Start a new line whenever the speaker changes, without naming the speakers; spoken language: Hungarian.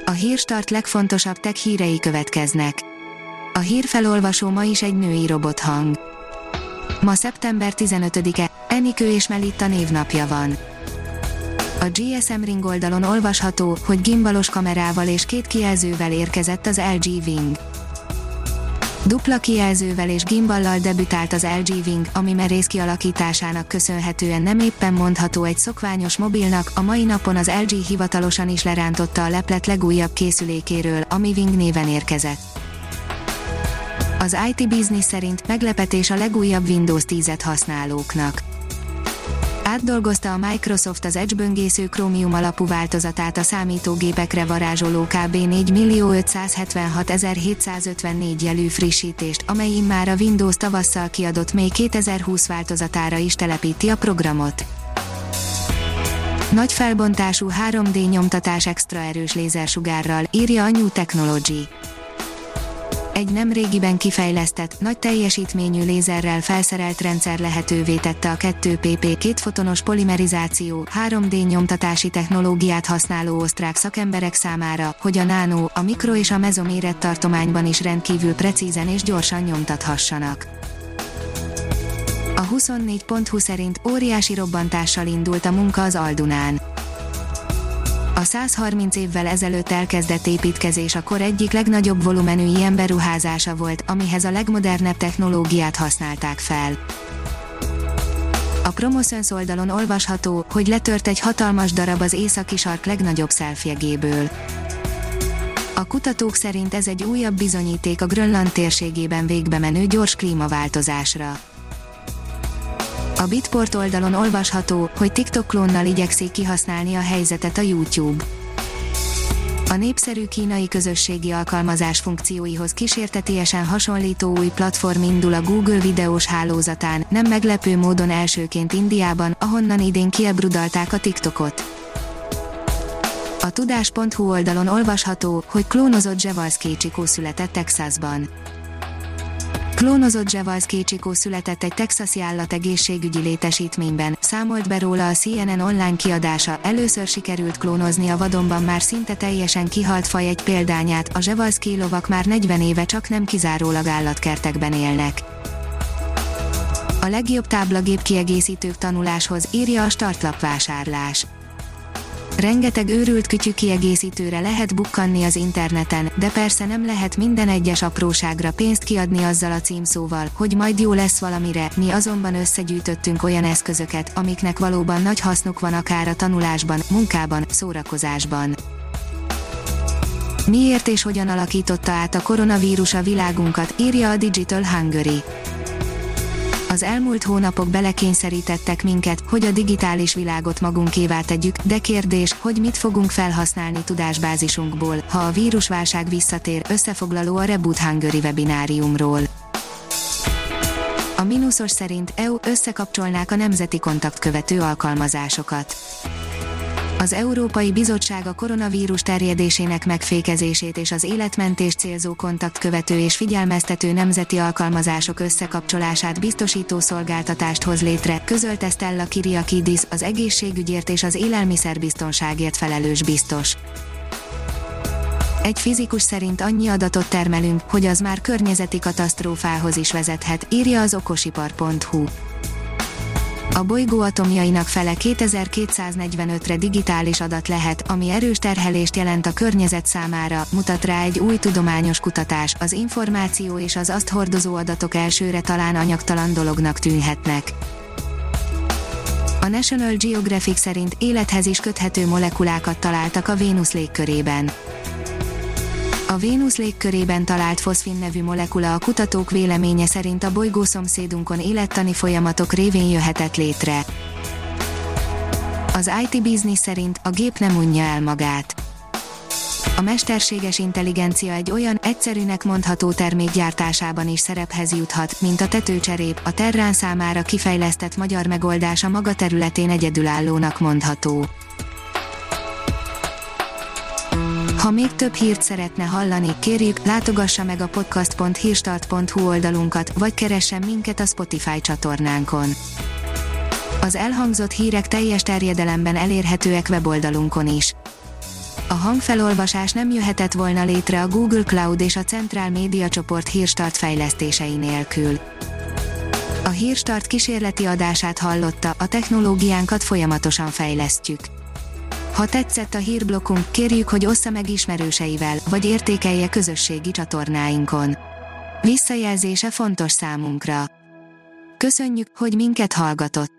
A Hírstart legfontosabb tech hírei következnek. A hírfelolvasó ma is egy női robothang. Ma szeptember 15-e, Enikő és Melitta névnapja van. A GSM Ring oldalon olvasható, hogy gimbalos kamerával és 2 kijelzővel érkezett az LG Wing. Dupla kijelzővel és gimballal debütált az LG Wing, ami merész kialakításának köszönhetően nem éppen mondható egy szokványos mobilnak. A mai napon az LG hivatalosan is lerántotta a leplet legújabb készülékéről, ami Wing néven érkezett. Az IT Business szerint meglepetés a legújabb Windows 10-et használóknak. Átdolgozta a Microsoft az Edge böngésző Chromium alapú változatát a számítógépekre varázsoló kb. 4.576.754 jelű frissítést, amely immár a Windows tavasszal kiadott May 2020 változatára is telepíti a programot. Nagy felbontású 3D nyomtatás extra erős lézersugárral, írja a New Technology. Egy nemrégiben kifejlesztett, nagy teljesítményű lézerrel felszerelt rendszer lehetővé tette a 2PP kétfotonos polimerizáció, 3D nyomtatási technológiát használó osztrák szakemberek számára, hogy a nano, a mikro és a mezo mérettartományban is rendkívül precízen és gyorsan nyomtathassanak. A 24.hu szerint óriási robbantással indult a munka az Aldunán. A 130 évvel ezelőtt elkezdett építkezés a kor egyik legnagyobb volumenű ilyen beruházása volt, amihez a legmodernebb technológiát használták fel. A Promoszöns oldalon olvasható, hogy letört egy hatalmas darab az északi sark legnagyobb szelfjegéből. A kutatók szerint ez egy újabb bizonyíték a Grönland térségében végbemenő gyors klímaváltozásra. A Bitport oldalon olvasható, hogy TikTok klónnal igyekszik kihasználni a helyzetet a YouTube. A népszerű kínai közösségi alkalmazás funkcióihoz kísértetiesen hasonlító új platform indul a Google videós hálózatán, nem meglepő módon elsőként Indiában, ahonnan idén kiebrudalták a TikTokot. A tudás.hu oldalon olvasható, hogy klónozott Zsevalszkij-Csikó született Texasban. Klónozott Zsevalszkij-Csikó született egy texasi állategészségügyi létesítményben, számolt be róla a CNN online kiadása. Először sikerült klónozni a vadonban már szinte teljesen kihalt faj egy példányát, a Zsevalszkij lovak már 40 éve csak nem kizárólag állatkertekben élnek. A legjobb táblagép kiegészítők tanuláshoz, írja a startlapvásárlás. Rengeteg őrült kütyű kiegészítőre lehet bukkanni az interneten, de persze nem lehet minden egyes apróságra pénzt kiadni azzal a címszóval, hogy majd jó lesz valamire. Mi azonban összegyűjtöttünk olyan eszközöket, amiknek valóban nagy hasznuk van akár a tanulásban, munkában, szórakozásban. Miért és hogyan alakította át a koronavírus a világunkat, írja a Digital Hungary. Az elmúlt hónapok belekényszerítettek minket, hogy a digitális világot magunkévá tegyük, de kérdés, hogy mit fogunk felhasználni tudásbázisunkból, ha a vírusválság visszatér. Összefoglaló a Reboot Hungary webináriumról. A Minusos szerint EU összekapcsolnák a nemzeti kontaktkövető alkalmazásokat. Az Európai Bizottság a koronavírus terjedésének megfékezését és az életmentést célzó kontaktkövető és figyelmeztető nemzeti alkalmazások összekapcsolását biztosító szolgáltatást hoz létre, közölte Stella Kyriakidis, az egészségügyért és az élelmiszerbiztonságért felelős biztos. Egy fizikus szerint annyi adatot termelünk, hogy az már környezeti katasztrófához is vezethet, írja az okosipar.hu. A bolygó atomjainak fele 2245-re digitális adat lehet, ami erős terhelést jelent a környezet számára, mutat rá egy új tudományos kutatás. Az információ és az azt hordozó adatok elsőre talán anyagtalan dolognak tűnhetnek. A National Geographic szerint élethez is köthető molekulákat találtak a Vénusz légkörében. A Vénusz légkörében talált foszfin nevű molekula a kutatók véleménye szerint a bolygó szomszédunkon élettani folyamatok révén jöhetett létre. Az IT Business szerint a gép nem unja el magát. A mesterséges intelligencia egy olyan, egyszerűnek mondható termék gyártásában is szerephez juthat, mint a tetőcserép. A Terrán számára kifejlesztett magyar megoldás a maga területén egyedülállónak mondható. Ha még több hírt szeretne hallani, kérjük, látogassa meg a podcast.hírstart.hu oldalunkat, vagy keressen minket a Spotify csatornánkon. Az elhangzott hírek teljes terjedelemben elérhetőek weboldalunkon is. A hangfelolvasás nem jöhetett volna létre a Google Cloud és a Central Media csoport Hírstart fejlesztései nélkül. A Hírstart kísérleti adását hallotta, a technológiánkat folyamatosan fejlesztjük. Ha tetszett a hírblokkunk, kérjük, hogy ossza meg ismerőseivel, vagy értékelje közösségi csatornáinkon. Visszajelzése fontos számunkra. Köszönjük, hogy minket hallgatott!